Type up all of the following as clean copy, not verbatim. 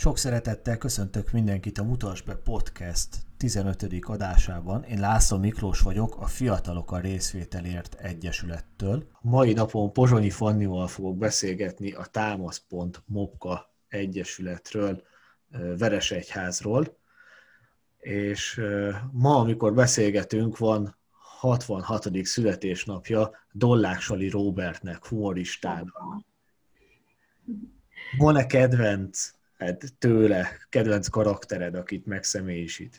Sok szeretettel köszöntök mindenkit a Mutasd be Podcast 15. adásában. Én László Miklós vagyok, a Fiatalok a Részvételért Egyesülettől. Mai napon Pozsonyi Fannival fogok beszélgetni a Támasz.Mopka Egyesületről, Veresegyházról. És ma, amikor beszélgetünk, van 66. születésnapja Dollák Sali Róbertnek, humoristának. Van-e kedvenc tőle, kedvenc karaktered, akit megszemélyisít?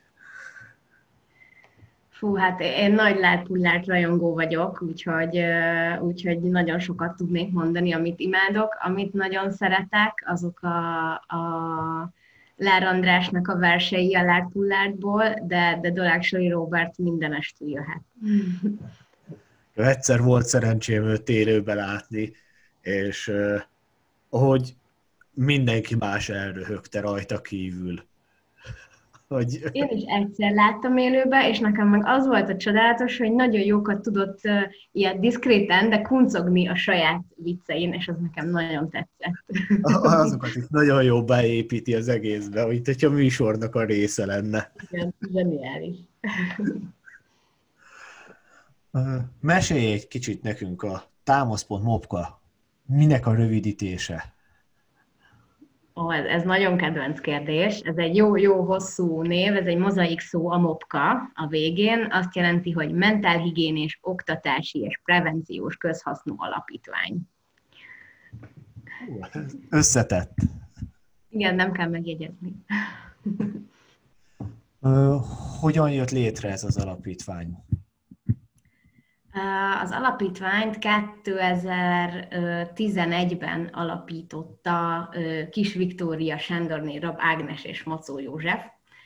Hát én nagy Lárpullát rajongó vagyok, úgyhogy nagyon sokat tudnék mondani, amit imádok. Amit nagyon szeretek, azok a Lár Andrásnak a versei a Lárpullátból, de Dollák Sali Róbert mindenestül jöhet. Egyszer volt szerencsém őt élőben látni, és ahogy mindenki más elröhögte rajta kívül. Én is egyszer láttam élőben, és nekem meg az volt a csodálatos, hogy nagyon jókat tudott ilyen diszkréten, de kuncogni a saját viccein, és az nekem nagyon tetszett. Azokat is nagyon jól beépíti az egészbe, mint hogyha műsornak a része lenne. Igen, zseniális. Mesélj egy kicsit nekünk a Támasz.Mopka. Minek a rövidítése? Ez nagyon kedvenc kérdés. Ez egy jó hosszú név, ez egy mozaik szó, a MOPKA a végén. Azt jelenti, hogy mentálhigiénés, oktatási és prevenciós közhasznú alapítvány. Összetett. Igen, nem kell megjegyezni. Hogyan jött létre ez az alapítvány? Az alapítványt 2011-ben alapította Kis Viktória, Sándorné, Rab Ágnes és Macó József.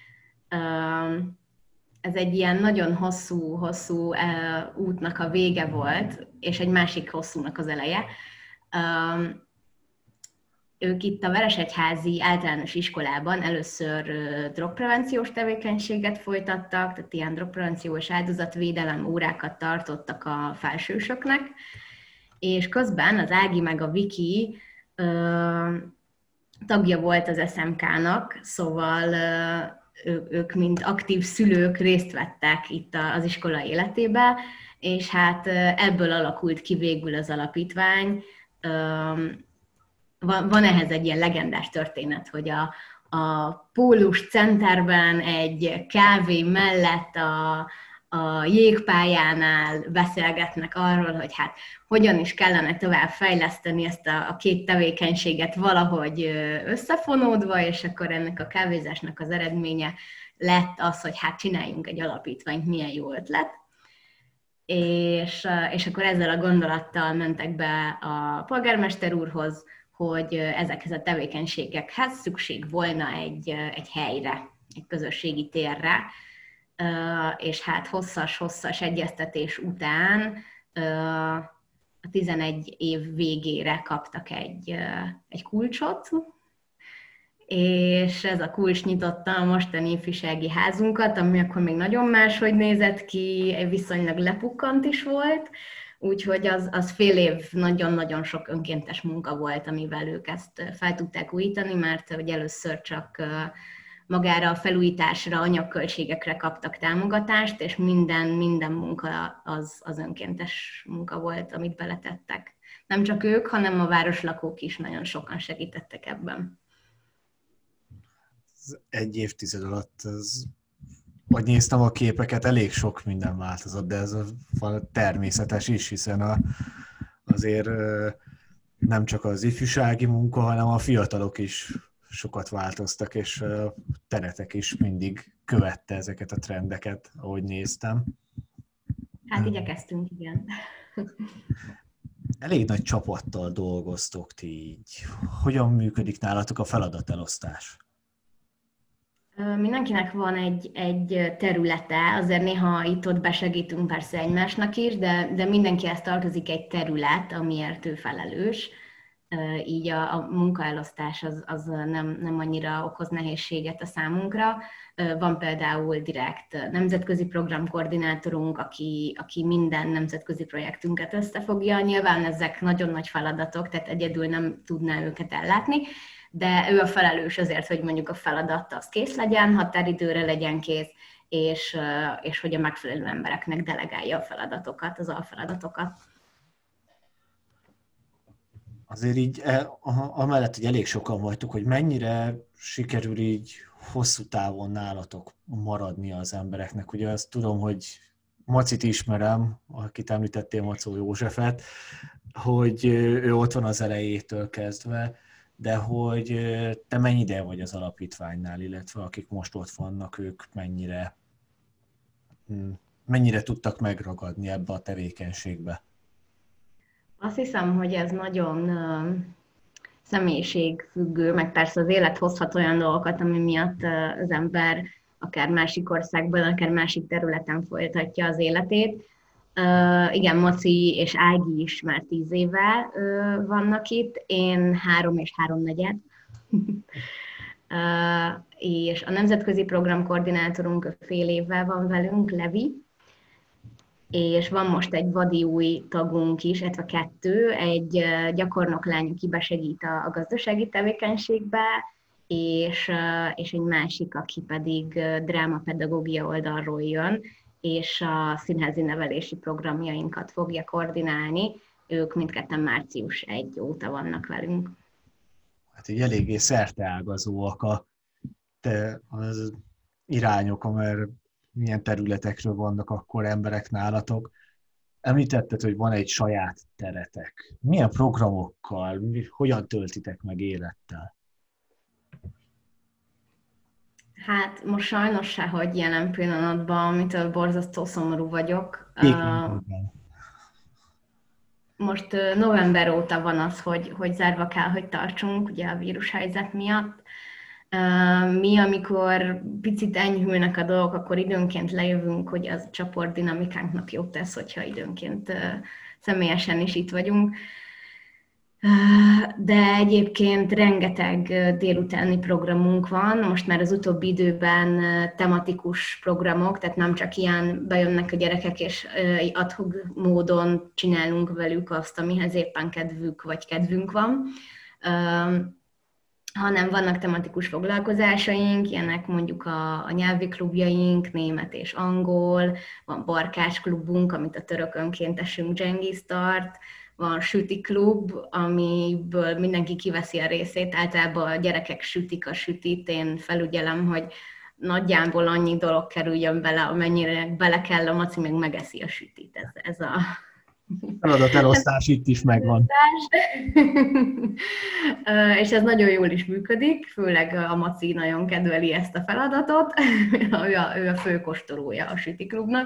Ez egy ilyen nagyon hosszú útnak a vége volt, és egy másik hosszúnak az eleje. Ők itt a Veresegyházi általános iskolában először drogprevenciós tevékenységet folytattak, tehát ilyen drogprevenció és áldozatvédelem órákat tartottak a felsősöknek, és közben az Ági meg a Viki tagja volt az SMK-nak, szóval ők mint aktív szülők részt vettek itt az iskola életébe, és hát ebből alakult ki végül az alapítvány. Van ehhez egy ilyen legendás történet, hogy a Pólus Centerben egy kávé mellett a jégpályánál beszélgetnek arról, hogy hát hogyan is kellene tovább fejleszteni ezt a két tevékenységet valahogy összefonódva, és akkor ennek a kávézásnak az eredménye lett az, hogy hát csináljunk egy alapítványt, milyen jó ötlet. És akkor ezzel a gondolattal mentek be a polgármester úrhoz, hogy ezekhez a tevékenységekhez szükség volna egy helyre, egy közösségi térre, és hát hosszas egyeztetés után a 11 év végére kaptak egy kulcsot, és ez a kulcs nyitotta a mostani ifjúsági házunkat, ami akkor még nagyon máshogy nézett ki, viszonylag lepukkant is volt, úgyhogy az fél év nagyon-nagyon sok önkéntes munka volt, amivel ők ezt fel tudták újítani, mert hogy először csak magára a felújításra, anyagköltségekre kaptak támogatást, és minden munka az önkéntes munka volt, amit beletettek. Nem csak ők, hanem a városlakók is nagyon sokan segítettek ebben. Egy évtized alatt, ahogy néztem a képeket, elég sok minden változott, de ez természetes is, hiszen azért nem csak az ifjúsági munka, hanem a fiatalok is sokat változtak, és teretek is mindig követte ezeket a trendeket, ahogy néztem. Hát igyekeztünk, igen. Elég nagy csapattal dolgoztok ti így. Hogyan működik nálatok a feladatelosztás? Mindenkinek van egy területe, azért néha itt-ott besegítünk persze egymásnak is, de mindenkihez tartozik egy terület, amiért ő felelős. Így a munkaelosztás az nem annyira okoz nehézséget a számunkra. Van például direkt nemzetközi programkoordinátorunk, aki minden nemzetközi projektünket összefogja. Nyilván ezek nagyon nagy feladatok, tehát egyedül nem tudná őket ellátni, de ő a felelős azért, hogy mondjuk a feladat az kész legyen, határidőre legyen kész, és hogy a megfelelő embereknek delegálja a feladatokat, az alfeladatokat. Azért így, amellett, hogy elég sokan vagytok, hogy mennyire sikerül így hosszú távon nálatok maradni az embereknek. Ugye azt tudom, hogy Macit ismerem, akit említettél, Macó Józsefet, hogy ő ott van az elejétől kezdve, de hogy te mennyi ideje vagy az alapítványnál, illetve akik most ott vannak, ők mennyire tudtak megragadni ebbe a tevékenységbe? Azt hiszem, hogy ez nagyon személyiségfüggő, meg persze az élet hozhat olyan dolgokat, ami miatt az ember akár másik országban, akár másik területen folytatja az életét. Igen, Maci és Ági is már 10 éve vannak itt, én 3 és 3/4. És a nemzetközi programkoordinátorunk fél évvel van velünk, Levi, és van most egy vadi új tagunk is, illetve 2, egy gyakornoklány, aki besegít a gazdasági tevékenységbe, és egy másik, aki pedig drámapedagógia oldalról jön, és a színházi nevelési programjainkat fogja koordinálni. Ők mindketten március 1 óta vannak velünk. Hát így eléggé szerteágazóak az irányok, amerre milyen területekről vannak akkor emberek nálatok. Említetted, hogy van egy saját teretek. Milyen programokkal, hogyan töltitek meg élettel? Hát most sajnos se, hogy jelen pillanatban, amitől borzasztó szomorú vagyok. Most november óta van az, hogy zárva kell, hogy tartsunk, ugye a vírushelyzet miatt. Mi, amikor picit enyhülnek a dolgok, akkor időnként lejövünk, hogy az csoportdinamikánknak jót tesz, hogyha időnként személyesen is itt vagyunk. De egyébként rengeteg délutáni programunk van, most már az utóbbi időben tematikus programok, tehát nem csak ilyen bejönnek a gyerekek, és ad hoc módon csinálunk velük azt, amihez éppen kedvük vagy kedvünk van, hanem vannak tematikus foglalkozásaink, ilyenek mondjuk a nyelvi klubjaink, német és angol, van barkács klubunk, amit a török önkéntesünk Genghis tart, van süti klub, amiből mindenki kiveszi a részét, általában a gyerekek sütik a sütit, én felügyelem, hogy nagyjából annyi dolog kerüljön bele, amennyire bele kell, a Maci meg megeszi a sütit. Ez a Feladatelosztás itt is megvan. És ez nagyon jól is működik, főleg a Maci nagyon kedveli ezt a feladatot, ő a főkóstolója a sütiklubnak.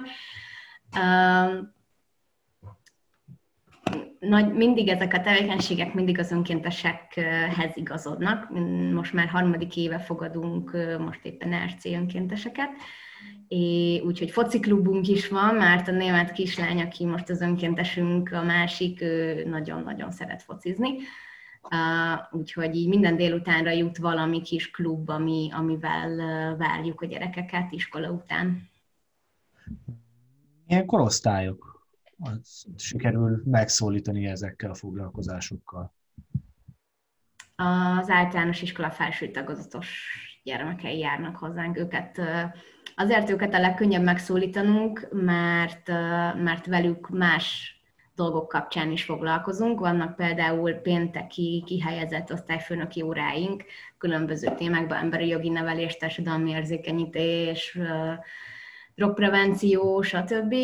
Mindig ezek a tevékenységek mindig az önkéntesekhez igazodnak. Most már 3. éve fogadunk most éppen RC önkénteseket, úgyhogy fociklubunk is van, mert a német kislány, aki most az önkéntesünk, a másik, ő nagyon-nagyon szeret focizni. Úgyhogy így minden délutánra jut valami kis klub, amivel várjuk a gyerekeket iskola után. Milyen korosztályok sikerül megszólítani ezekkel a foglalkozásokkal? Az általános iskola felső tagozatos gyermekei járnak hozzánk. Őket a legkönnyebb megszólítanunk, mert velük más dolgok kapcsán is foglalkozunk. Vannak például pénteki kihelyezett osztályfőnöki óráink, különböző témákban, emberi jogi nevelés, társadalmi érzékenyítés, drogprevenció, stb.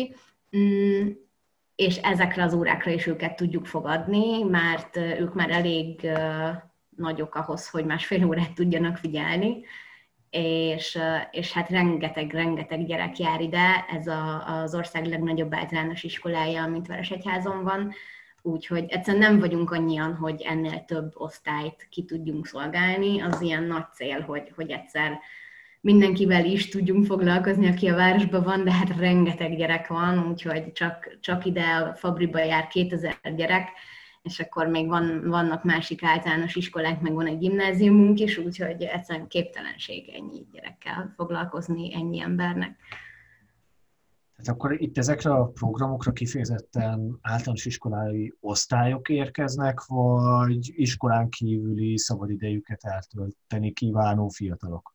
És ezekre az órákra is őket tudjuk fogadni, mert ők már elég nagyok ahhoz, hogy 1,5 órát tudjanak figyelni, és hát rengeteg gyerek jár ide, ez az ország legnagyobb általános iskolája, amit Veresegyházon van, úgyhogy egyszerűen nem vagyunk annyian, hogy ennél több osztályt ki tudjunk szolgálni, az ilyen nagy cél, hogy egyszer mindenkivel is tudjunk foglalkozni, aki a városban van, de hát rengeteg gyerek van, úgyhogy csak ide a Fabriba jár 2000 gyerek, és akkor még vannak másik általános iskolák, meg van egy gimnáziumunk is, úgyhogy egyszerűen képtelenség ennyi gyerekkel foglalkozni, ennyi embernek. Hát akkor itt ezekre a programokra kifejezetten általános iskolai osztályok érkeznek, vagy iskolán kívüli szabadidejüket eltölteni kívánó fiatalok?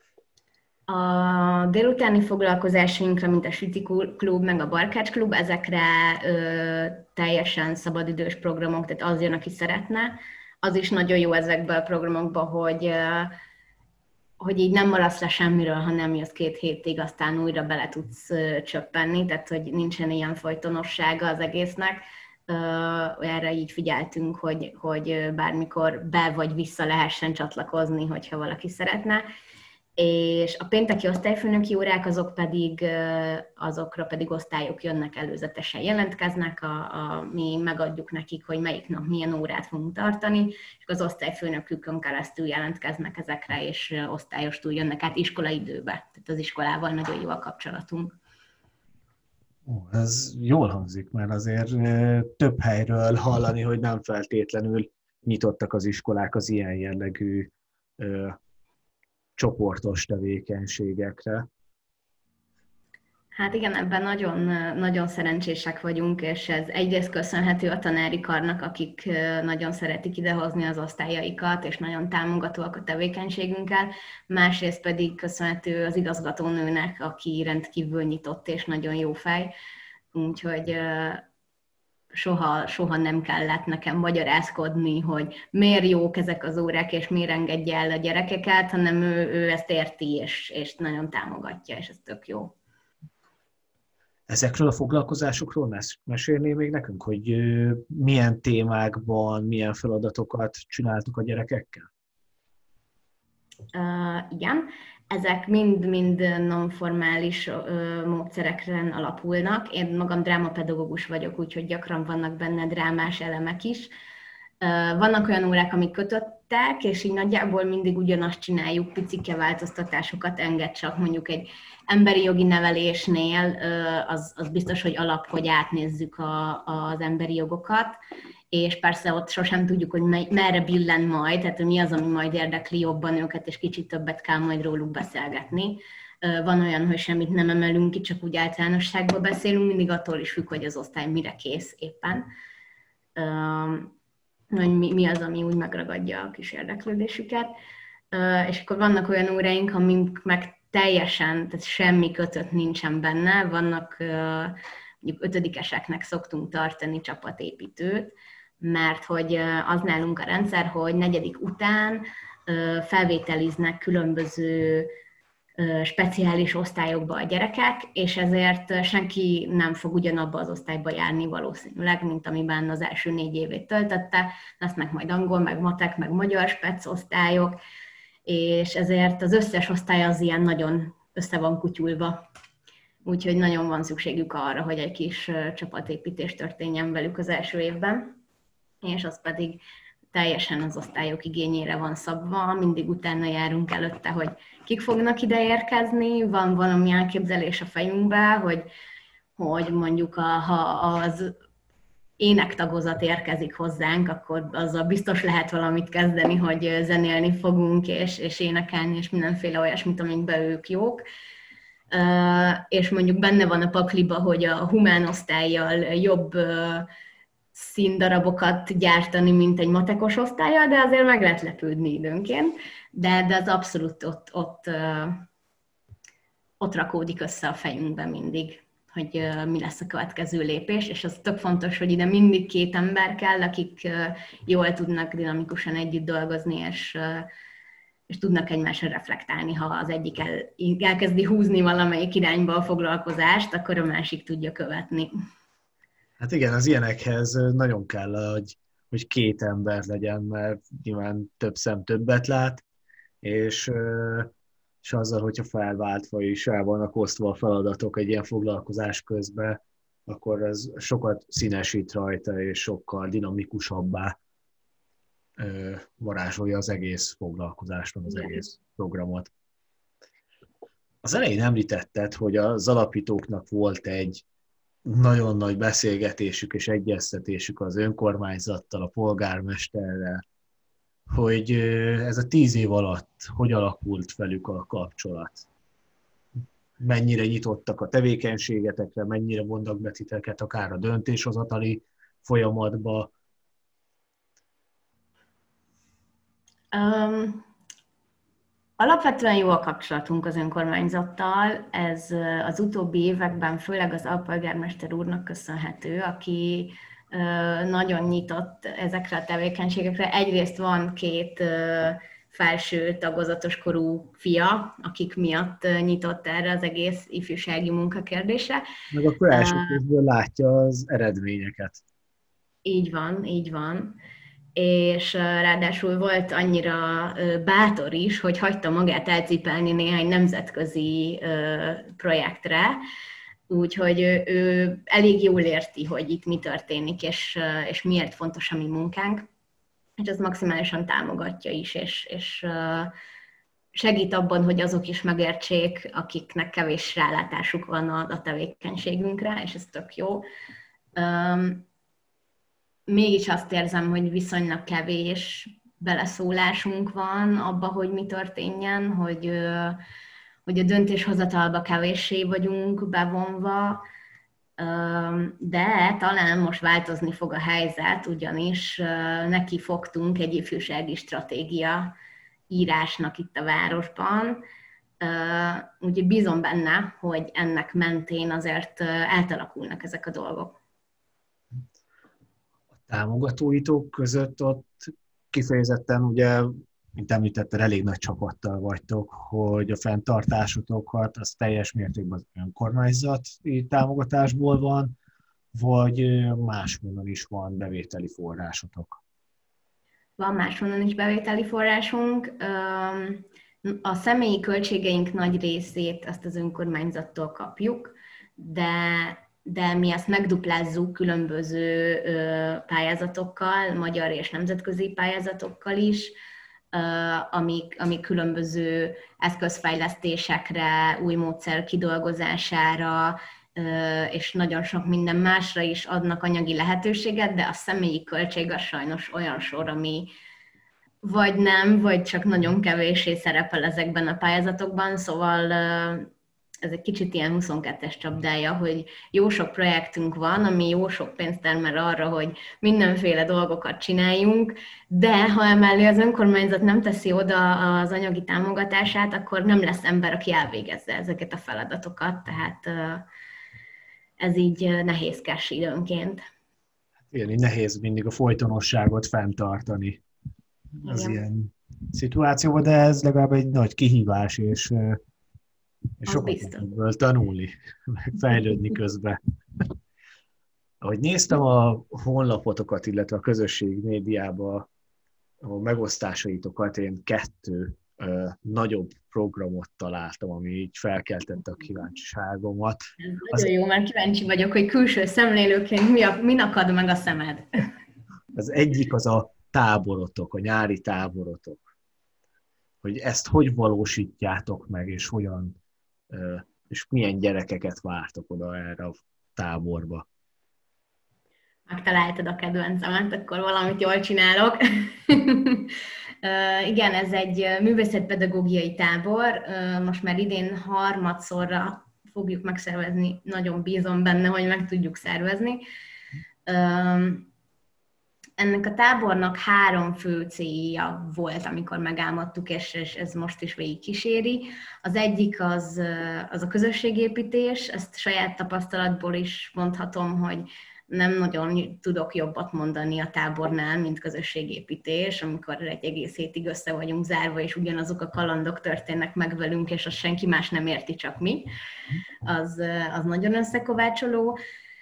A délutáni foglalkozásainkra, mint a Süti Klub, meg a Barkács Klub, ezekre teljesen szabadidős programok, tehát az jön, aki szeretne. Az is nagyon jó ezekben a programokban, hogy így nem maradsz le semmiről, ha nem jössz 2 hétig, aztán újra bele tudsz csöppenni, tehát hogy nincsen ilyen folytonossága az egésznek. Erre így figyeltünk, hogy bármikor be vagy vissza lehessen csatlakozni, hogyha valaki szeretne. És a pénteki osztályfőnöki órák azokra pedig osztályok jönnek, előzetesen jelentkeznek, mi megadjuk nekik, hogy melyik nap milyen órát fogunk tartani, és az osztályfőnökükön keresztül jelentkeznek ezekre, és osztályostul jönnek át iskolaidőbe. Tehát az iskolával nagyon jó a kapcsolatunk. Ez jól hangzik, mert azért több helyről hallani, hogy nem feltétlenül nyitottak az iskolák az ilyen jellegű csoportos tevékenységekre. Hát igen, ebben nagyon, nagyon szerencsések vagyunk, és ez egyrészt köszönhető a tanári karnak, akik nagyon szeretik idehozni az osztályaikat, és nagyon támogatóak a tevékenységünkkel, másrészt pedig köszönhető az igazgatónőnek, aki rendkívül nyitott és nagyon jó fej, úgyhogy soha nem kellett nekem magyarázkodni, hogy miért jók ezek az órák, és miért engedje el a gyerekeket, hanem ő ezt érti, és nagyon támogatja, és ez tök jó. Ezekről a foglalkozásokról mesélné még nekünk, hogy milyen témákban, milyen feladatokat csináltuk a gyerekekkel? Igen, ezek mind nonformális módszerekren alapulnak. Én magam drámapedagógus vagyok, úgyhogy gyakran vannak benne drámás elemek is. Vannak olyan órák, amik kötöttek, és így nagyjából mindig ugyanazt csináljuk, picike változtatásokat enged csak, mondjuk egy emberi jogi nevelésnél az biztos, hogy alap, hogy átnézzük az emberi jogokat, és persze ott sosem tudjuk, hogy merre billen majd, tehát mi az, ami majd érdekli jobban őket, és kicsit többet kell majd róluk beszélgetni. Van olyan, hogy semmit nem emelünk ki, csak úgy általánosságban beszélünk, mindig attól is függ, hogy az osztály mire kész éppen. Hogy mi az, ami úgy megragadja a kis érdeklődésüket. És akkor vannak olyan óráink, amik meg teljesen, tehát semmi kötött nincsen benne. Vannak, mondjuk 5-eseknek szoktunk tartani csapatépítőt, mert hogy az nálunk a rendszer, hogy 4. után felvételiznek különböző speciális osztályokba a gyerekek, és ezért senki nem fog ugyanabba az osztályba járni valószínűleg, mint amiben az első 4 évét töltötte. Lesznek majd angol, meg matek, meg magyar spec osztályok, és ezért az összes osztály az ilyen nagyon össze van kutyulva. Úgyhogy nagyon van szükségük arra, hogy egy kis csapatépítés történjen velük az első évben, és az pedig teljesen az osztályok igényére van szabva, mindig utána járunk előtte, hogy kik fognak ide érkezni, van valami elképzelés a fejünkben, hogy mondjuk ha az énektagozat érkezik hozzánk, akkor azzal biztos lehet valamit kezdeni, hogy zenélni fogunk, és énekelni, és mindenféle olyasmit, amikben ők jók. És mondjuk benne van a pakliba, hogy a humán osztállyal jobb színdarabokat gyártani, mint egy matekos osztállyal, de azért meg lehet lepődni időnként. De az abszolút ott rakódik össze a fejünkben mindig, hogy mi lesz a következő lépés, és az tök fontos, hogy ide mindig 2 ember kell, akik jól tudnak dinamikusan együtt dolgozni, és tudnak egymásra reflektálni. Ha az egyik elkezdi húzni valamelyik irányba a foglalkozást, akkor a másik tudja követni. Hát igen, az ilyenekhez nagyon kell, hogy 2 ember legyen, mert nyilván több szem többet lát, és azzal, hogyha felváltva is el vannak osztva a feladatok egy ilyen foglalkozás közben, akkor ez sokat színesít rajta, és sokkal dinamikusabbá varázsolja az egész foglalkozást, az egész programot. Az elején említetted, hogy az alapítóknak volt egy nagyon nagy beszélgetésük és egyeztetésük az önkormányzattal, a polgármesterrel, hogy ez a 10 év alatt hogy alakult velük a kapcsolat. mennyire nyitottak a tevékenységetekre, mennyire vonnak be titeket akár a döntéshozatali folyamatba. Alapvetően jó a kapcsolatunk az önkormányzattal, ez az utóbbi években főleg az alpolgármester úrnak köszönhető, aki nagyon nyitott ezekre a tevékenységekre. Egyrészt van két felső tagozatos korú fia, akik miatt nyitott erre az egész ifjúsági munkakérdésre. Meg akkor első kézből látja az eredményeket. Így van, így van. És ráadásul volt annyira bátor is, hogy hagyta magát elcipelni néhány nemzetközi projektre, úgyhogy ő elég jól érti, hogy itt mi történik, és miért fontos a mi munkánk, és ezt maximálisan támogatja is, és segít abban, hogy azok is megértsék, akiknek kevés rálátásuk van a tevékenységünkre, és ez tök jó. Mégis azt érzem, hogy viszonylag kevés beleszólásunk van abba, hogy mi történjen, hogy a döntéshozatalba kevéssé vagyunk bevonva, de talán most változni fog a helyzet, ugyanis neki fogtunk egy ifjúsági stratégia írásnak itt a városban, úgyhogy bízom benne, hogy ennek mentén azért átalakulnak ezek a dolgok. Támogatóitok között ott kifejezetten, ugye, mint említetted, elég nagy csapattal vagytok, hogy a fenntartásotokat az teljes mértékben az önkormányzati támogatásból van, vagy máshonnan is van bevételi forrásotok? Van máshonnan is bevételi forrásunk. A személyi költségeink nagy részét azt az önkormányzattól kapjuk, de mi ezt megduplázzuk különböző pályázatokkal, magyar és nemzetközi pályázatokkal is, amik különböző eszközfejlesztésekre, új módszer kidolgozására, és nagyon sok minden másra is adnak anyagi lehetőséget, de a személyi költség az sajnos olyan sor, ami vagy nem, vagy csak nagyon kevéssé szerepel ezekben a pályázatokban, szóval ez egy kicsit ilyen 22-es csapdája, hogy jó sok projektünk van, ami jó sok pénzt termel arra, hogy mindenféle dolgokat csináljunk, de ha emellé az önkormányzat nem teszi oda az anyagi támogatását, akkor nem lesz ember, aki elvégezze ezeket a feladatokat, tehát ez így nehézkes időnként. Igen, így nehéz mindig a folytonosságot fenntartani az ilyen szituációban, de ez legalább egy nagy kihívás, és sokat ebből tanulni, meg fejlődni közben. Ahogy néztem a honlapotokat, illetve a közösségi médiába a megosztásaitokat, én 2 nagyobb programot találtam, ami így felkeltette a kíváncsiságomat. Ez nagyon jó, mert kíváncsi vagyok, hogy külső szemlélőként min akad meg a szemed. Az egyik az a táborotok, a nyári táborotok. Hogy ezt hogy valósítjátok meg, és hogyan, és milyen gyerekeket vártok oda erre a táborba. Megtaláltad a kedvencemet, akkor valamit jól csinálok. Igen, ez egy művészetpedagógiai tábor. Most már idén harmadszorra fogjuk megszervezni. Nagyon bízom benne, hogy meg tudjuk szervezni. Ennek a tábornak 3 fő célja volt, amikor megálmodtuk, és ez most is végig kíséri. Az egyik az a közösségépítés, ezt saját tapasztalatból is mondhatom, hogy nem nagyon tudok jobbat mondani a tábornál, mint közösségépítés, amikor egy egész hétig össze vagyunk zárva, és ugyanazok a kalandok történnek meg velünk, és azt senki más nem érti, csak mi. Az nagyon összekovácsoló.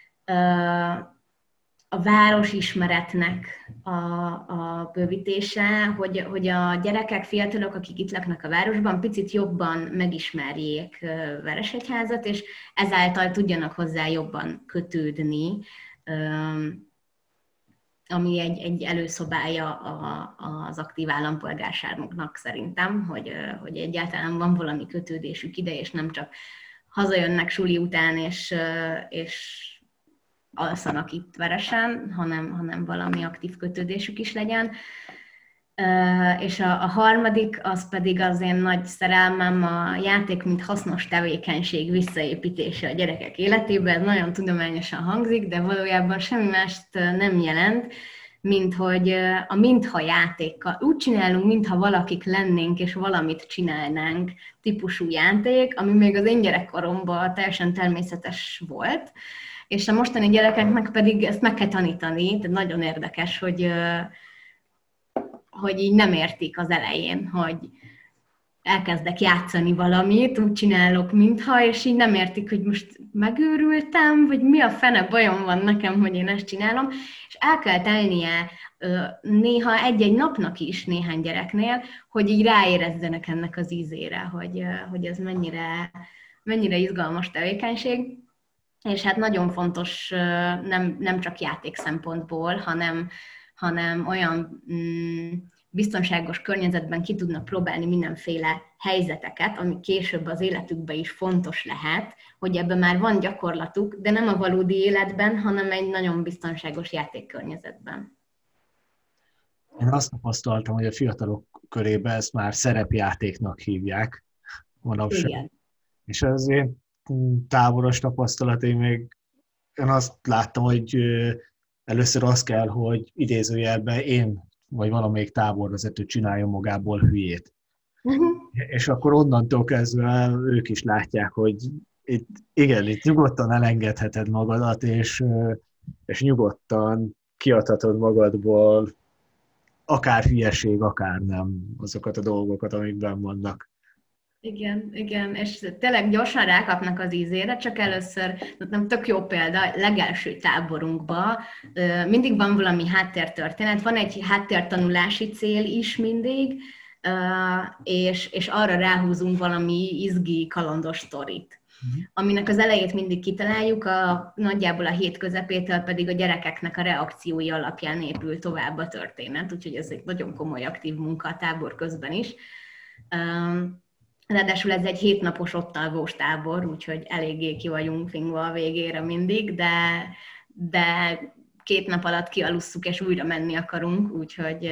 A városismeretnek a bővítése, hogy a gyerekek, fiatalok, akik itt laknak a városban, picit jobban megismerjék Veresegyházat, és ezáltal tudjanak hozzá jobban kötődni, ami egy előszobája az aktív állampolgárságnak szerintem, hogy egyáltalán van valami kötődésük ide, és nem csak hazajönnek suli után, és alszanak itt Veresen, hanem valami aktív kötődésük is legyen. És a harmadik, az pedig az én nagy szerelmem, a játék, mint hasznos tevékenység visszaépítése a gyerekek életében. Ez nagyon tudományosan hangzik, de valójában semmi mást nem jelent, mint hogy a mintha játékkal. Úgy csinálunk, mintha valakik lennénk, és valamit csinálnánk típusú játék, ami még az én gyerekkoromban teljesen természetes volt. És a mostani gyerekeknek pedig ezt meg kell tanítani, tehát nagyon érdekes, hogy így nem értik az elején, hogy elkezdek játszani valamit, úgy csinálok, mintha, és így nem értik, hogy most megőrültem, vagy mi a fene bajom van nekem, hogy én ezt csinálom, és el kell telnie néha egy-egy napnak is néhány gyereknél, hogy így ráérezzenek ennek az ízére, hogy ez mennyire izgalmas tevékenység, és hát nagyon fontos nem csak játék szempontból, hanem olyan biztonságos környezetben ki tudnak próbálni mindenféle helyzeteket, ami később az életükben is fontos lehet, hogy ebben már van gyakorlatuk, de nem a valódi életben, hanem egy nagyon biztonságos játékkörnyezetben. Én azt tapasztaltam, hogy a fiatalok körében ezt már szerepjátéknak hívják manapság. Igen. És az én táboros tapasztalataim még én azt láttam, hogy először az kell, hogy idézőjelben én vagy valamelyik táborvezető csináljon magából hülyét. És akkor onnantól kezdve ők is látják, hogy itt nyugodtan elengedheted magadat, és nyugodtan kiadhatod magadból akár hülyeség, akár nem azokat a dolgokat, amikben vannak. Igen, és tényleg gyorsan rákapnak az ízére, csak először, nem tök jó példa, legelső táborunkban mindig van valami háttértörténet, van egy háttértanulási cél is mindig, és arra ráhúzunk valami izgi, kalandos sztorit. Aminek az elejét mindig kitaláljuk, nagyjából a hét közepétől pedig a gyerekeknek a reakciói alapján épül tovább a történet, úgyhogy ez egy nagyon komoly aktív munka a tábor közben is. Ráadásul ez egy 7 napos ott-alvós tábor, úgyhogy eléggé ki vagyunk fingva a végére mindig, de 2 nap alatt kialusszuk, és újra menni akarunk, úgyhogy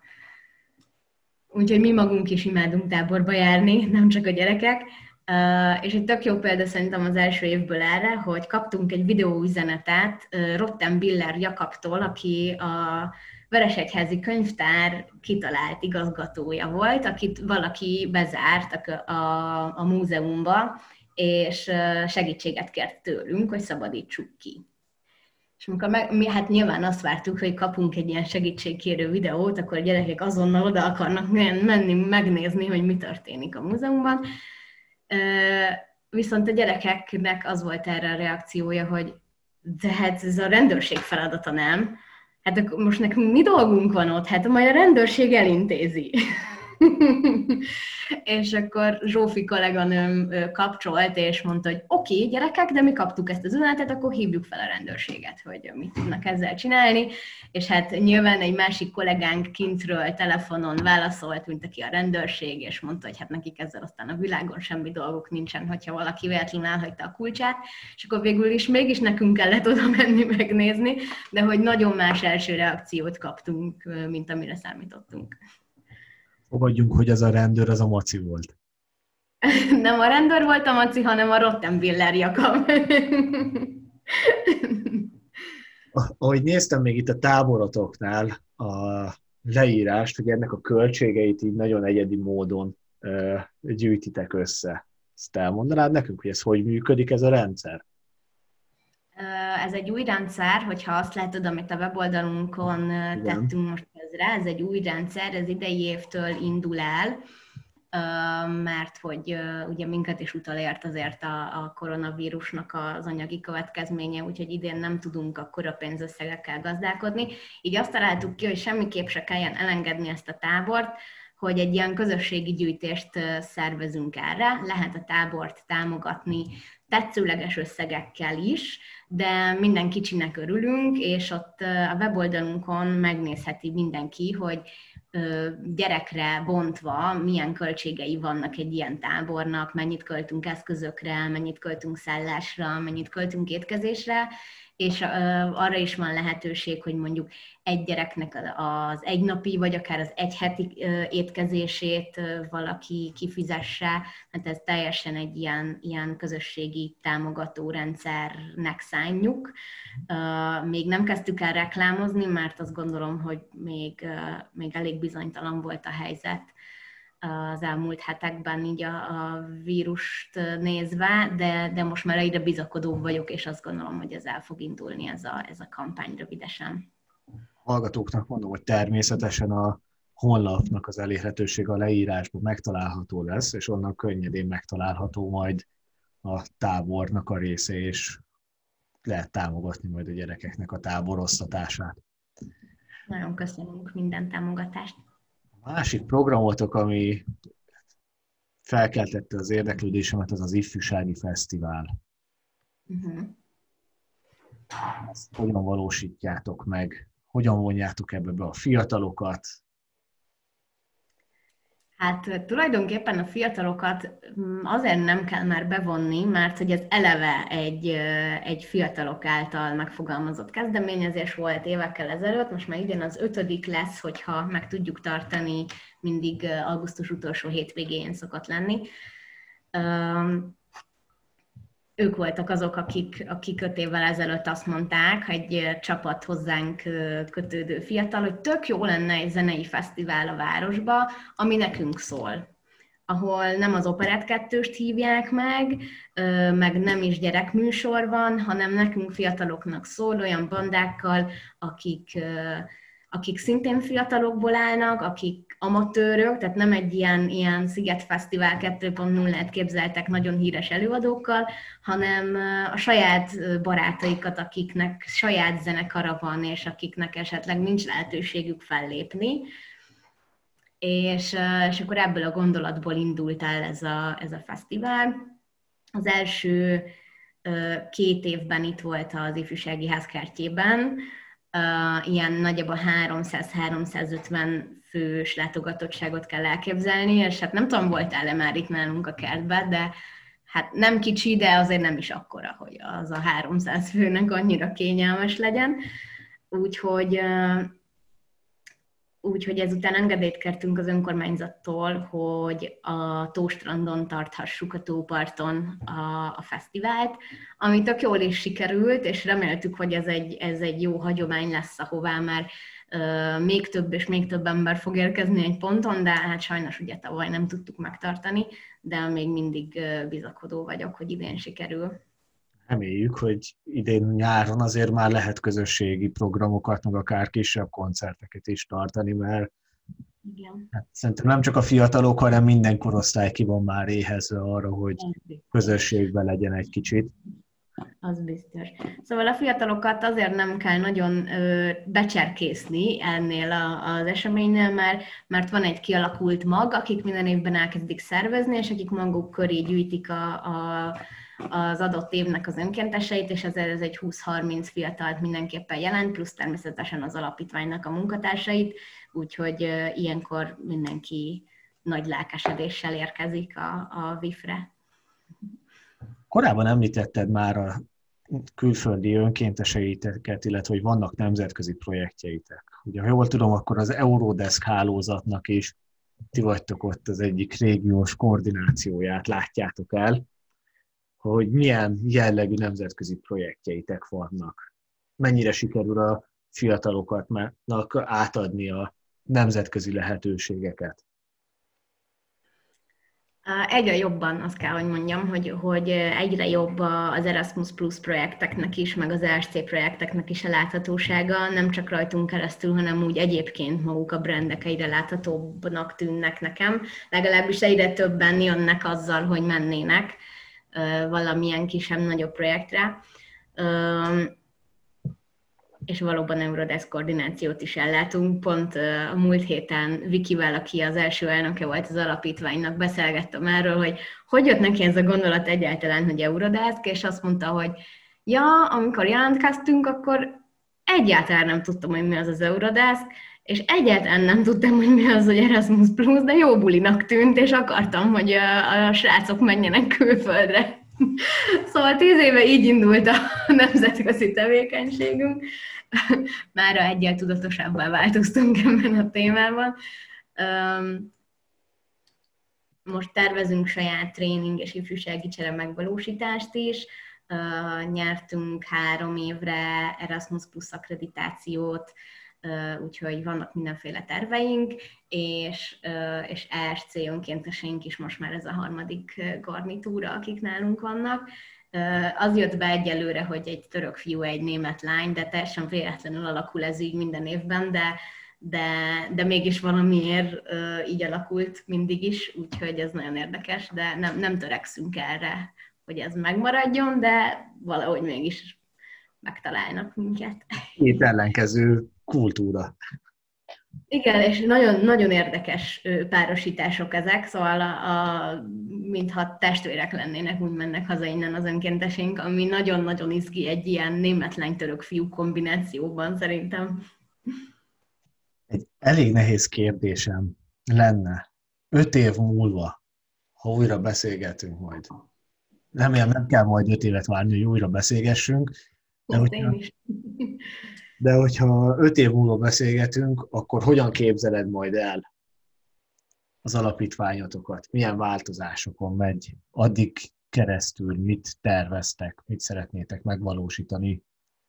mi magunk is imádunk táborba járni, nem csak a gyerekek. És egy tök jó példa szerintem az első évből erre, hogy kaptunk egy videóüzenetet Rottenbiller Jakabtól, aki a Veresegyházi Könyvtár kitalált igazgatója volt, akit valaki bezárt a múzeumba, és segítséget kért tőlünk, hogy szabadítsuk ki. És amikor mi hát nyilván azt vártuk, hogy kapunk egy ilyen segítségkérő videót, akkor a gyerekek azonnal oda akarnak menni, megnézni, hogy mi történik a múzeumban. Viszont a gyerekeknek az volt erre a reakciója, hogy de hát ez a rendőrség feladata, nem? Hát akkor most nekünk mi dolgunk van ott? Hát majd a rendőrség elintézi. És akkor Zsófi kolléganőm kapcsolt, és mondta, hogy oké, gyerekek, de mi kaptuk ezt az üzenetet, akkor hívjuk fel a rendőrséget, hogy mit tudnak ezzel csinálni. És hát nyilván egy másik kollégánk kintről telefonon válaszolt, mint aki a rendőrség, és mondta, hogy hát nekik ezzel aztán a világon semmi dolguk nincsen, hogyha valaki véletlenül elhagyta a kulcsát. És akkor végül is mégis nekünk kellett oda menni megnézni, de hogy nagyon más első reakciót kaptunk, mint amire számítottunk. Fogadjunk, hogy ez a rendőr az a Maci volt. Nem a rendőr volt a Maci, hanem a Rottenbiller Jakab. Ahogy néztem még itt a táborotoknál a leírást, hogy ennek a költségeit így nagyon egyedi módon gyűjtitek össze. Ezt elmondanád nekünk, hogy ez hogy működik ez a rendszer? Ez egy új rendszer, hogyha azt látod, amit a weboldalunkon tettünk most közre, ez egy új rendszer, ez idei évtől indul el, mert hogy ugye minket is utolért azért a koronavírusnak az anyagi következménye, úgyhogy idén nem tudunk akkora pénzösszegekkel gazdálkodni. Így azt találtuk ki, hogy semmiképp se kelljen elengedni ezt a tábort, hogy egy ilyen közösségi gyűjtést szervezünk erre, lehet a tábort támogatni tetszőleges összegekkel is, de minden kicsinek örülünk, és ott a weboldalunkon megnézheti mindenki, hogy gyerekre bontva milyen költségei vannak egy ilyen tábornak, mennyit költünk eszközökre, mennyit költünk szállásra, mennyit költünk étkezésre, és arra is van lehetőség, hogy mondjuk egy gyereknek az egynapi, vagy akár az egyheti étkezését valaki kifizesse, hát ez teljesen egy ilyen közösségi támogató rendszernek szánjuk. Még nem kezdtük el reklámozni, mert azt gondolom, hogy még elég bizonytalan volt a helyzet az elmúlt hetekben így a vírust nézve, de most már egyre bizakodóbb vagyok, és azt gondolom, hogy ez el fog indulni ez a kampány rövidesen. Hallgatóknak mondom, hogy természetesen a honlapnak az elérhetőség a leírásban megtalálható lesz, és onnan könnyedén megtalálható majd a tábornak a része, és lehet támogatni majd a gyerekeknek a táborosztatását. Nagyon köszönünk minden támogatást. A másik programotok, ami felkeltette az érdeklődésemet, az az Ifjúsági Fesztivál. Ezt hogyan valósítjátok meg? Hogyan vonjátok ebbe be a fiatalokat? Hát tulajdonképpen a fiatalokat azért nem kell már bevonni, mert hogy ez eleve egy fiatalok által megfogalmazott kezdeményezés volt évekkel ezelőtt, most már idén az 5. lesz, hogyha meg tudjuk tartani, mindig augusztus utolsó hétvégén szokott lenni. Ők voltak azok, akik 5 évvel ezelőtt azt mondták, egy csapat hozzánk kötődő fiatal, hogy tök jó lenne egy zenei fesztivál a városba, ami nekünk szól. Ahol nem az Operett 2-st hívják meg nem is gyerekműsor van, hanem nekünk fiataloknak szól, olyan bandákkal, akik szintén fiatalokból állnak, akik amatőrök, tehát nem egy ilyen Szigetfesztivál 2.0-et képzeltek nagyon híres előadókkal, hanem a saját barátaikat, akiknek saját zenekara van, és akiknek esetleg nincs lehetőségük fellépni. És akkor ebből a gondolatból indult el ez a fesztivál. Az első 2 évben itt volt az Ifjúsági Ház kertjében, ilyen nagyjából 300-350 fős látogatottságot kell elképzelni, és hát nem tudom, voltál-e már itt nálunk a kertben, de hát nem kicsi, de azért nem is akkora, hogy az a 300 főnek annyira kényelmes legyen. Úgyhogy ezután engedélyt kértünk az önkormányzattól, hogy a Tóstrandon tarthassuk, a tóparton a fesztivált, ami tök jól is sikerült, és reméltük, hogy ez egy jó hagyomány lesz, ahová már még több és még több ember fog érkezni egy ponton, de hát sajnos ugye tavaly nem tudtuk megtartani, de még mindig bizakodó vagyok, hogy idén sikerül. Reméljük, hogy idén nyáron azért már lehet közösségi programokat, meg akár kisebb koncerteket is tartani, mert igen. Hát szerintem nem csak a fiatalok, hanem minden korosztály ki van már éhezve arra, hogy közösségben legyen egy kicsit. Az biztos. Szóval a fiatalokat azért nem kell nagyon becserkészni ennél az eseménynél, mert van egy kialakult mag, akik minden évben elkezdik szervezni, és akik maguk köré gyűjtik az adott évnek az önkénteseit, és ezért ez egy 20-30 fiatalt mindenképpen jelent, plusz természetesen az alapítványnak a munkatársait, úgyhogy ilyenkor mindenki nagy lelkesedéssel érkezik a VIF-re. Korábban említetted már a külföldi önkénteseiteket, illetve hogy vannak nemzetközi projektjeitek. Ugye, ha jól tudom, akkor az Eurodesk hálózatnak is ti vagytok ott az egyik régiós koordinációját, látjátok el, hogy milyen jellegű nemzetközi projektjeitek vannak. Mennyire sikerül a fiataloknak átadni a nemzetközi lehetőségeket? Egyre jobban azt kell, hogy mondjam, hogy egyre jobb az Erasmus Plus projekteknek is, meg az ESC projekteknek is a láthatósága, nem csak rajtunk keresztül, hanem úgy egyébként maguk a brandek egyre láthatóbbnak tűnnek nekem. Legalábbis egyre többen jönnek azzal, hogy mennének valamilyen kisebb-nagyobb projektre. És valóban Eurodesk koordinációt is ellátunk. Pont a múlt héten Vikivel, aki az első elnöke volt az alapítványnak, beszélgettem erről, hogy jött neki ez a gondolat egyáltalán, hogy Eurodesk, és azt mondta, hogy amikor jelentkeztünk, akkor egyáltalán nem tudtam, hogy mi az Eurodesk, és egyáltalán nem tudtam, hogy mi az, hogy Erasmus Plus, de jó bulinak tűnt, és akartam, hogy a srácok menjenek külföldre. Szóval 10 éve így indult a nemzetközi tevékenységünk. Mára egyel tudatosabbá változtunk ebben a témában. Most tervezünk saját tréning és ifjúsági csere megvalósítást is. Nyertünk 3 évre Erasmus Plus akkreditációt, úgyhogy vannak mindenféle terveink, és ESC önkénteseink is most már ez a 3. garnitúra, akik nálunk vannak. Az jött be egyelőre, hogy egy török fiú, egy német lány, de teljesen véletlenül alakul ez így minden évben, de mégis valamiért így alakult mindig is, úgyhogy ez nagyon érdekes, de nem törekszünk erre, hogy ez megmaradjon, de valahogy mégis megtalálnak minket. Két ellenkező kultúra. Igen, és nagyon, nagyon érdekes párosítások ezek, szóval mintha testvérek lennének, úgy mennek haza innen az önkéntesénk, ami nagyon-nagyon izgi egy ilyen német lány-török fiú kombinációban szerintem. Egy elég nehéz kérdésem lenne 5 év múlva, ha újra beszélgetünk majd. Remélem nem kell majd 5 évet várni, hogy újra beszélgessünk, de hogyha 5 év múlva beszélgetünk, akkor hogyan képzeled majd el az alapítványotokat? Milyen változásokon megy addig keresztül? Mit terveztek? Mit szeretnétek megvalósítani?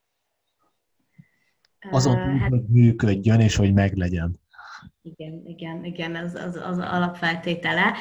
Azon, hogy működjön és hogy meglegyen. Igen, ez az alapfeltétele.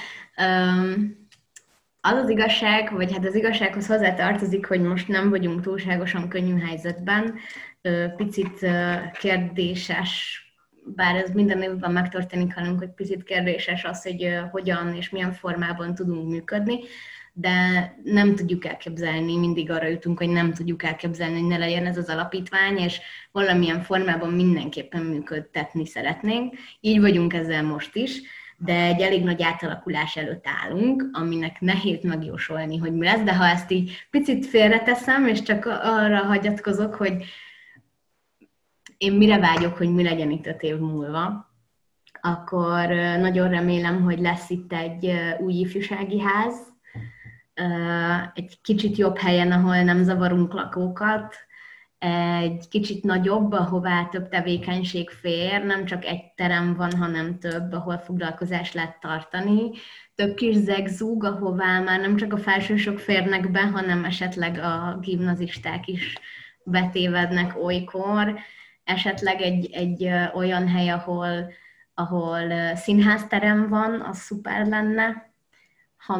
Az igazság, vagy hát az igazsághoz hozzátartozik, hogy most nem vagyunk túlságosan könnyű helyzetben. Picit kérdéses, bár ez minden évben megtörténik velünk, hogy picit kérdéses az, hogy hogyan és milyen formában tudunk működni, de nem tudjuk elképzelni, mindig arra jutunk, hogy nem tudjuk elképzelni, hogy ne legyen ez az alapítvány, és valamilyen formában mindenképpen működtetni szeretnénk. Így vagyunk ezzel most is, de egy elég nagy átalakulás előtt állunk, aminek nehéz megjósolni, hogy mi lesz, de ha ezt így picit félreteszem, és csak arra hagyatkozok, hogy én mire vágyok, hogy mi legyen itt 5 év múlva, akkor nagyon remélem, hogy lesz itt egy új ifjúsági ház, egy kicsit jobb helyen, ahol nem zavarunk lakókat, egy kicsit nagyobb, ahová több tevékenység fér, nem csak egy terem van, hanem több, ahol foglalkozást lehet tartani, több kis zegzúg, ahová már nem csak a felsősök férnek be, hanem esetleg a gimnazisták is betévednek olykor, esetleg egy olyan hely, ahol színházterem van, az szuper lenne, ha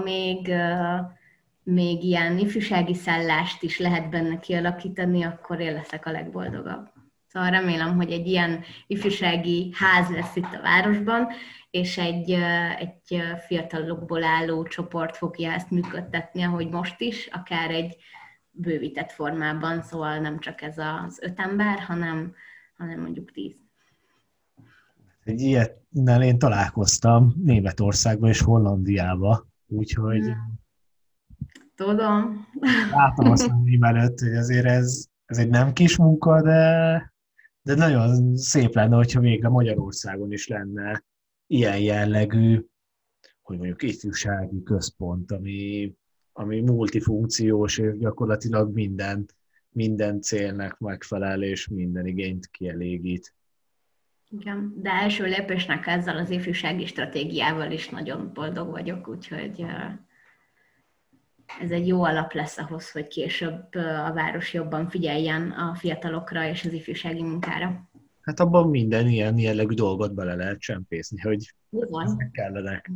még ilyen ifjúsági szállást is lehet benne kialakítani, akkor én leszek a legboldogabb. Szóval remélem, hogy egy ilyen ifjúsági ház lesz itt a városban, és egy fiatalokból álló csoport fogja ezt működtetni, ahogy most is, akár egy bővített formában, szóval nem csak ez az 5 ember, hanem mondjuk 10. Egy ilyennel én találkoztam Németországban és Hollandiában, úgyhogy tudom. Látom a személyem előtt, hogy azért ez egy nem kis munka, de nagyon szép lenne, hogyha végre Magyarországon is lenne ilyen jellegű, hogy mondjuk ifjúsági központ, ami multifunkciós, és gyakorlatilag minden célnak megfelel, és minden igényt kielégít. Igen, de első lépésnek ezzel az ifjúsági stratégiával is nagyon boldog vagyok, úgyhogy ez egy jó alap lesz ahhoz, hogy később a város jobban figyeljen a fiatalokra és az ifjúsági munkára. Hát abban minden ilyen jellegű dolgot bele lehet csempészni, hogy ezek kellenek.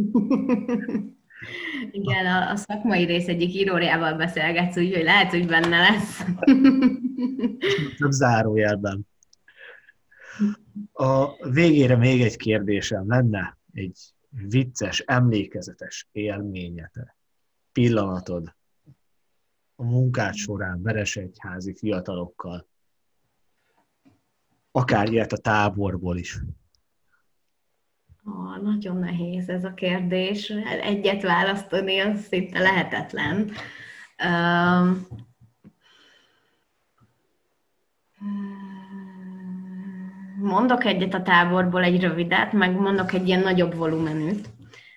Igen, a szakmai rész egyik írójával beszélgetsz, úgyhogy lehet, hogy benne lesz. Több zárójelben. A végére még egy kérdésem lenne, egy vicces, emlékezetes élményetek, pillanatod a munkád során veresegyházi fiatalokkal, akár ilyet a táborból is. Nagyon nehéz ez a kérdés. Egyet választani, az szinte lehetetlen. mondok egyet a táborból, egy rövidet, meg mondok egy ilyen nagyobb volumenűt.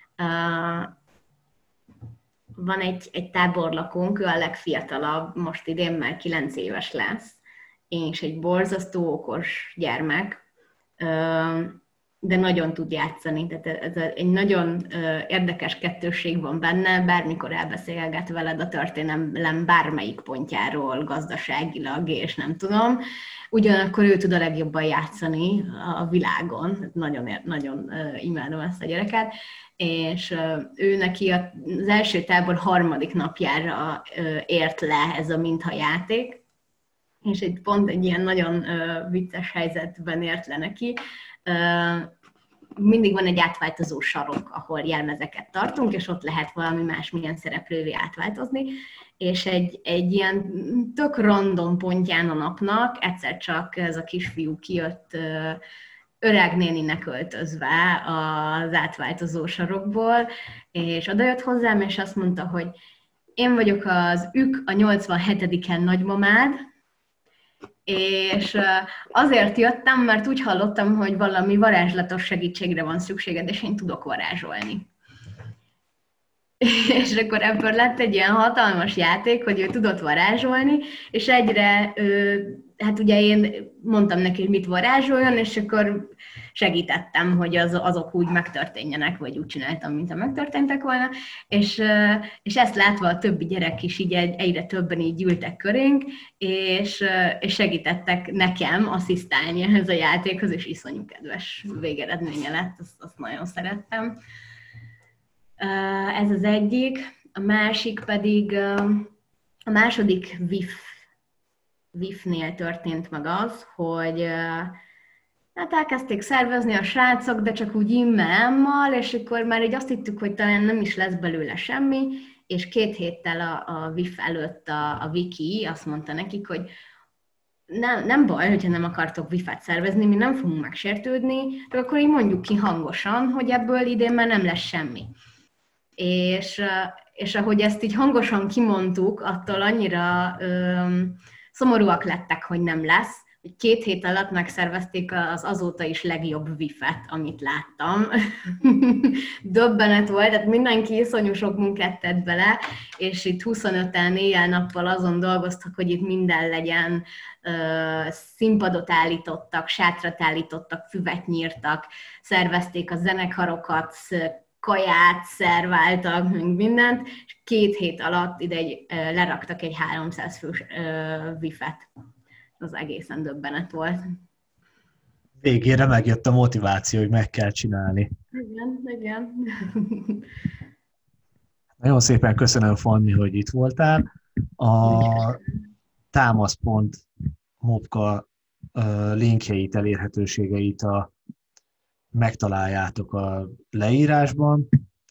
Van egy táborlakónk, ő a legfiatalabb, most idén már 9 éves lesz, és egy borzasztó okos gyermek, de nagyon tud játszani, tehát ez egy nagyon érdekes kettősség van benne, bármikor elbeszélget veled a történelem bármelyik pontjáról, gazdaságilag, és nem tudom. Ugyanakkor ő tud a legjobban játszani a világon, nagyon, nagyon imádom ezt a gyereket, és ő neki az első tábor 3. napjára ért le ez a minthajáték, és pont egy ilyen nagyon vicces helyzetben ért le neki. Mindig van egy átváltozó sarok, ahol jelmezeket tartunk, és ott lehet valami másmilyen szereplővé átváltozni, és egy ilyen tök random pontján a napnak egyszer csak ez a kisfiú kijött öreg néninek öltözve az átváltozó sarokból, és odajött hozzám, és azt mondta, hogy én vagyok az a 87. nagymamád, és azért jöttem, mert úgy hallottam, hogy valami varázslatos segítségre van szükséged, és én tudok varázsolni. És akkor ebből lett egy ilyen hatalmas játék, hogy ő tudott varázsolni, és egyre, hát ugye én mondtam neki, hogy mit varázsoljon, és akkor segítettem, hogy azok úgy megtörténjenek, vagy úgy csináltam, mint ha megtörténtek volna, és ezt látva a többi gyerek is így egyre többen így gyűltek körénk, és segítettek nekem asszisztálni ehhez a játékhoz, és iszonyú kedves végeredménye lett, azt nagyon szerettem. Ez az egyik, a másik pedig a második VIF-nél történt meg az, hogy hát elkezdték szervezni a srácok, de csak úgy immámmal, és akkor már így azt hittük, hogy talán nem is lesz belőle semmi, és 2 héttel a VIF előtt a Viki azt mondta nekik, hogy nem baj, hogyha nem akartok VIF-et szervezni, mi nem fogunk megsértődni, de akkor így mondjuk ki hangosan, hogy ebből idén már nem lesz semmi. És ahogy ezt így hangosan kimondtuk, attól annyira szomorúak lettek, hogy nem lesz, hogy 2 hét alatt megszervezték az azóta is legjobb VIF-et, amit láttam. Döbbenet volt, tehát mindenki iszonyú sok munkát tett bele, és itt 25-en éjjel-nappal azon dolgoztak, hogy itt minden legyen, színpadot állítottak, sátrat állítottak, füvet nyírtak, szervezték a zenekarokat, kaját szerváltak, mindent, és 2 hét alatt ide leraktak egy 300 fős VIF-et. Az egészen döbbenet volt. Végére megjött a motiváció, hogy meg kell csinálni. Igen. Nagyon szépen köszönöm, Fanni, hogy itt voltál. A támasz.mopka linkjeit, elérhetőségeit megtaláljátok a leírásban,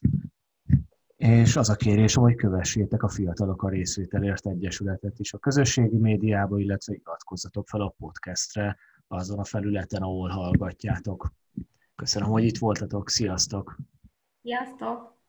és az a kérésem, hogy kövessétek a Fiatalok a Részvételért Egyesületet is a közösségi médiába, illetve iratkozzatok fel a podcastre azon a felületen, ahol hallgatjátok. Köszönöm, hogy itt voltatok. Sziasztok! Sziasztok!